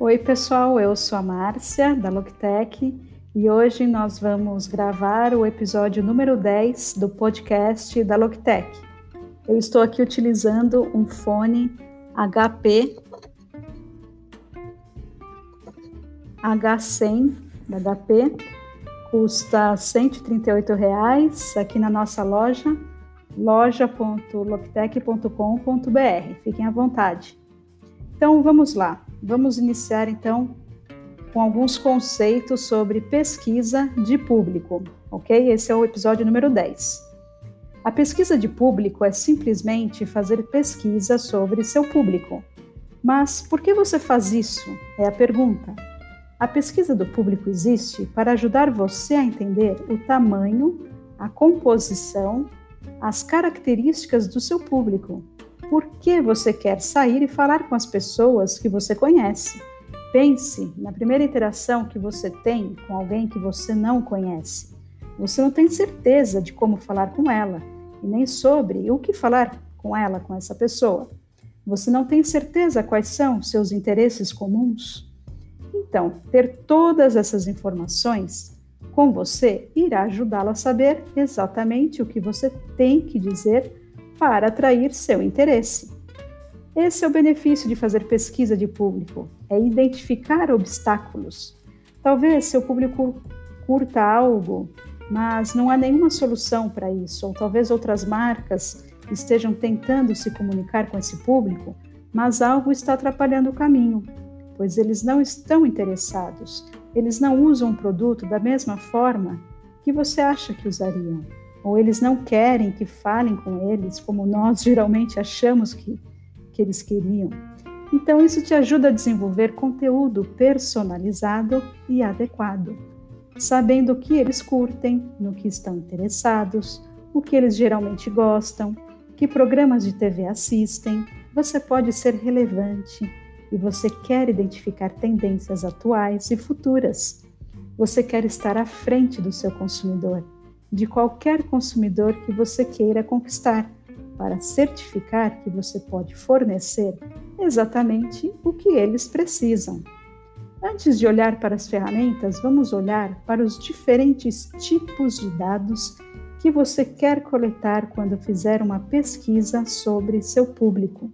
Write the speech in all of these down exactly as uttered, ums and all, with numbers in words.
Oi pessoal, eu sou a Márcia da Loctec e hoje nós vamos gravar o episódio número dez do podcast da Loctec. Eu estou aqui utilizando um fone H P H cem da H P, custa cento e trinta e oito reais aqui na nossa loja, loja ponto loctec ponto com ponto b r. Fiquem à vontade. Então vamos lá, vamos iniciar então com alguns conceitos sobre pesquisa de público, ok? Esse é o episódio número dez. A pesquisa de público é simplesmente fazer pesquisa sobre seu público. Mas por que você faz isso? É a pergunta. A pesquisa do público existe para ajudar você a entender o tamanho, a composição, as características do seu público. Por que você quer sair e falar com as pessoas que você conhece? Pense na primeira interação que você tem com alguém que você não conhece. Você não tem certeza de como falar com ela e nem sobre o que falar com ela, com essa pessoa. Você não tem certeza quais são seus interesses comuns. Então, ter todas essas informações com você irá ajudá-la a saber exatamente o que você tem que dizer para atrair seu interesse. Esse é o benefício de fazer pesquisa de público, é identificar obstáculos. Talvez seu público curta algo, mas não há nenhuma solução para isso, ou talvez outras marcas estejam tentando se comunicar com esse público, mas algo está atrapalhando o caminho, pois eles não estão interessados, eles não usam o produto da mesma forma que você acha que usariam, ou eles não querem que falem com eles como nós geralmente achamos que, que eles queriam. Então isso te ajuda a desenvolver conteúdo personalizado e adequado, sabendo o que eles curtem, no que estão interessados, o que eles geralmente gostam, que programas de T V assistem. Você pode ser relevante e você quer identificar tendências atuais e futuras. Você quer estar à frente do seu consumidor, de qualquer consumidor que você queira conquistar, para certificar que você pode fornecer exatamente o que eles precisam. Antes de olhar para as ferramentas, vamos olhar para os diferentes tipos de dados que você quer coletar quando fizer uma pesquisa sobre seu público.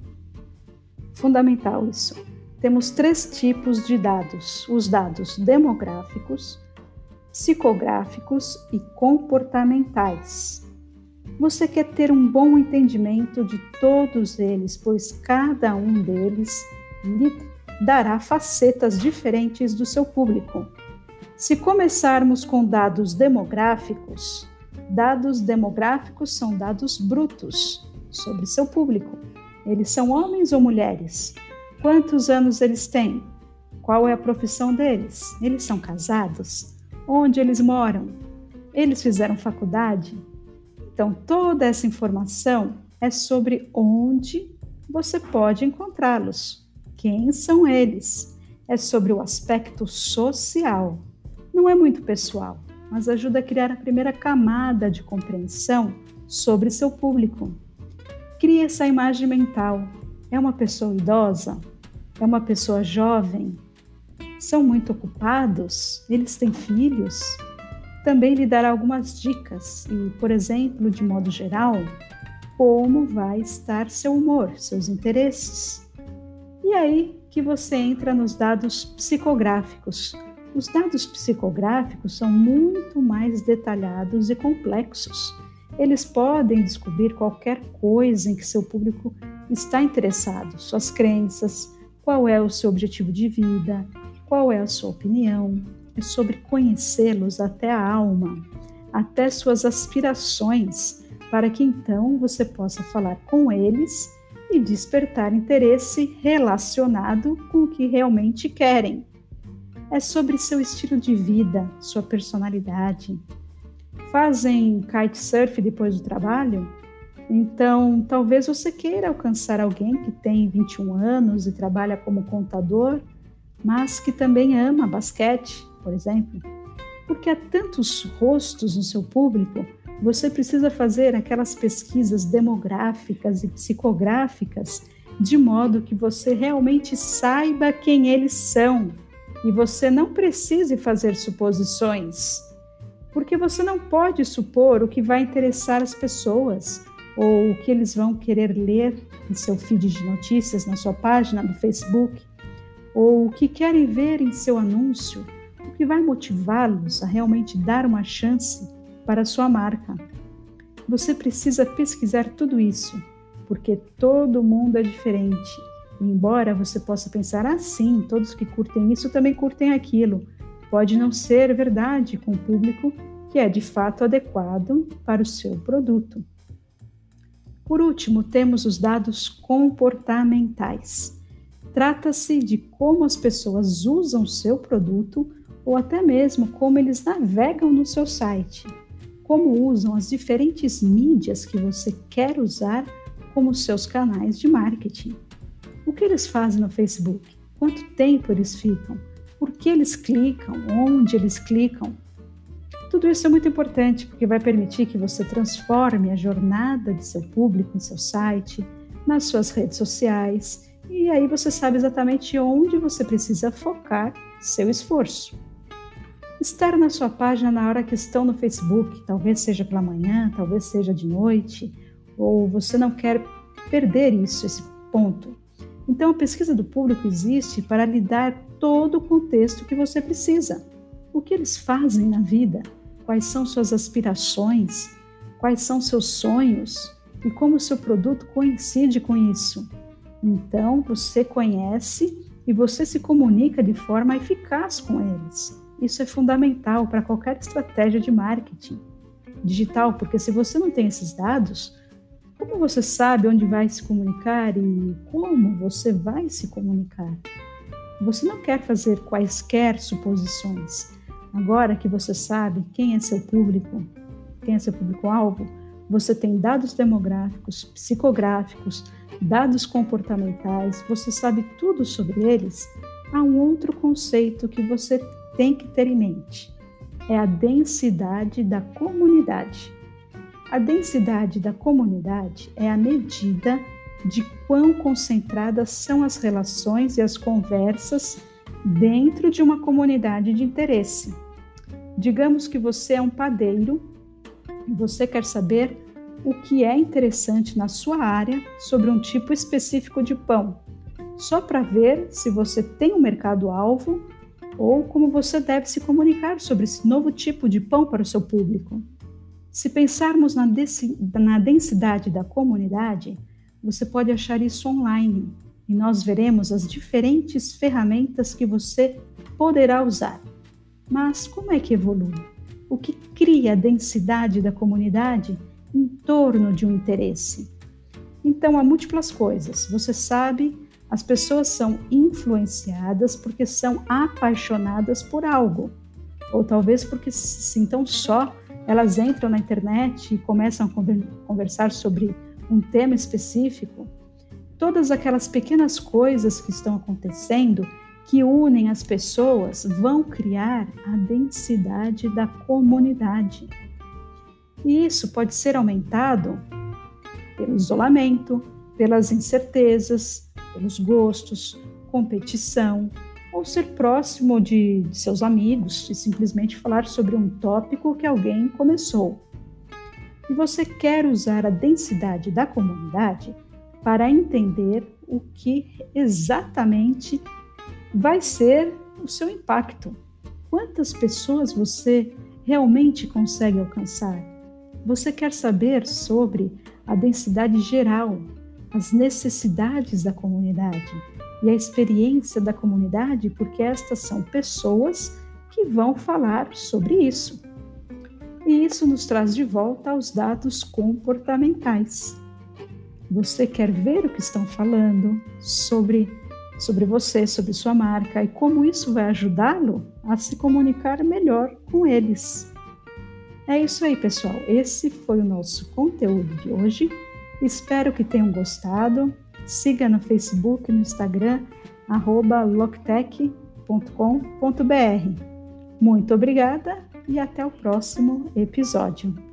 Fundamental isso. Temos três tipos de dados: os dados demográficos, psicográficos e comportamentais. Você quer ter um bom entendimento de todos eles, pois cada um deles lhe dará facetas diferentes do seu público. Se começarmos com dados demográficos, dados demográficos são dados brutos sobre seu público. Eles são homens ou mulheres? Quantos anos eles têm? Qual é a profissão deles? Eles são casados? Onde eles moram? Eles fizeram faculdade? Então, toda essa informação é sobre onde você pode encontrá-los. Quem são eles? É sobre o aspecto social. Não é muito pessoal, mas ajuda a criar a primeira camada de compreensão sobre seu público. Crie essa imagem mental. É uma pessoa idosa? É uma pessoa jovem? São muito ocupados? Eles têm filhos? Também lhe dará algumas dicas e, por exemplo, de modo geral, como vai estar seu humor, seus interesses. E aí que você entra nos dados psicográficos. Os dados psicográficos são muito mais detalhados e complexos. Eles podem descobrir qualquer coisa em que seu público está interessado, suas crenças, qual é o seu objetivo de vida, qual é a sua opinião. É sobre conhecê-los até a alma, até suas aspirações, para que então você possa falar com eles e despertar interesse relacionado com o que realmente querem. É sobre seu estilo de vida, sua personalidade. Fazem kitesurf depois do trabalho? Então, talvez você queira alcançar alguém que tem vinte e um anos e trabalha como contador, mas que também ama basquete, por exemplo. Porque há tantos rostos no seu público, você precisa fazer aquelas pesquisas demográficas e psicográficas de modo que você realmente saiba quem eles são e você não precise fazer suposições, porque você não pode supor o que vai interessar as pessoas ou o que eles vão querer ler em seu feed de notícias, na sua página do Facebook, ou o que querem ver em seu anúncio, o que vai motivá-los a realmente dar uma chance para a sua marca. Você precisa pesquisar tudo isso, porque todo mundo é diferente. E embora você possa pensar, ah, sim, todos que curtem isso também curtem aquilo, pode não ser verdade com o público que é de fato adequado para o seu produto. Por último, temos os dados comportamentais. Trata-se de como as pessoas usam seu produto ou até mesmo como eles navegam no seu site, como usam as diferentes mídias que você quer usar como seus canais de marketing. O que eles fazem no Facebook? Quanto tempo eles ficam? Por que eles clicam? Onde eles clicam? Tudo isso é muito importante porque vai permitir que você transforme a jornada de seu público em seu site, nas suas redes sociais, e aí você sabe exatamente onde você precisa focar seu esforço. Estar na sua página na hora que estão no Facebook, talvez seja pela manhã, talvez seja de noite, ou você não quer perder isso, esse ponto. Então a pesquisa do público existe para lhe dar todo o contexto que você precisa. O que eles fazem na vida? Quais são suas aspirações? Quais são seus sonhos? E como o seu produto coincide com isso? Então, você conhece e você se comunica de forma eficaz com eles. Isso é fundamental para qualquer estratégia de marketing digital, porque se você não tem esses dados, como você sabe onde vai se comunicar e como você vai se comunicar? Você não quer fazer quaisquer suposições. Agora que você sabe quem é seu público, quem é seu público-alvo, você tem dados demográficos, psicográficos, dados comportamentais, você sabe tudo sobre eles. Há um outro conceito que você tem que ter em mente. É a densidade da comunidade. A densidade da comunidade é a medida de quão concentradas são as relações e as conversas dentro de uma comunidade de interesse. Digamos que você é um padeiro e você quer saber o que é interessante na sua área sobre um tipo específico de pão, só para ver se você tem um mercado-alvo ou como você deve se comunicar sobre esse novo tipo de pão para o seu público. Se pensarmos na, na densidade da comunidade, você pode achar isso online e nós veremos as diferentes ferramentas que você poderá usar. Mas como é que evolui? O que cria a densidade da comunidade em torno de um interesse? Então, há múltiplas coisas. Você sabe, as pessoas são influenciadas porque são apaixonadas por algo. Ou talvez porque se sintam só, elas entram na internet e começam a conversar sobre um tema específico. Todas aquelas pequenas coisas que estão acontecendo, que unem as pessoas, vão criar a densidade da comunidade. E isso pode ser aumentado pelo isolamento, pelas incertezas, pelos gostos, competição, ou ser próximo de, de seus amigos e simplesmente falar sobre um tópico que alguém começou. E você quer usar a densidade da comunidade para entender o que exatamente vai ser o seu impacto. Quantas pessoas você realmente consegue alcançar? Você quer saber sobre a densidade geral, as necessidades da comunidade e a experiência da comunidade, porque estas são pessoas que vão falar sobre isso. E isso nos traz de volta aos dados comportamentais. Você quer ver o que estão falando sobre, sobre você, sobre sua marca e como isso vai ajudá-lo a se comunicar melhor com eles. É isso aí, pessoal. Esse foi o nosso conteúdo de hoje. Espero que tenham gostado. Siga no Facebook e no Instagram, arroba loctech ponto com ponto br. Muito obrigada e até o próximo episódio.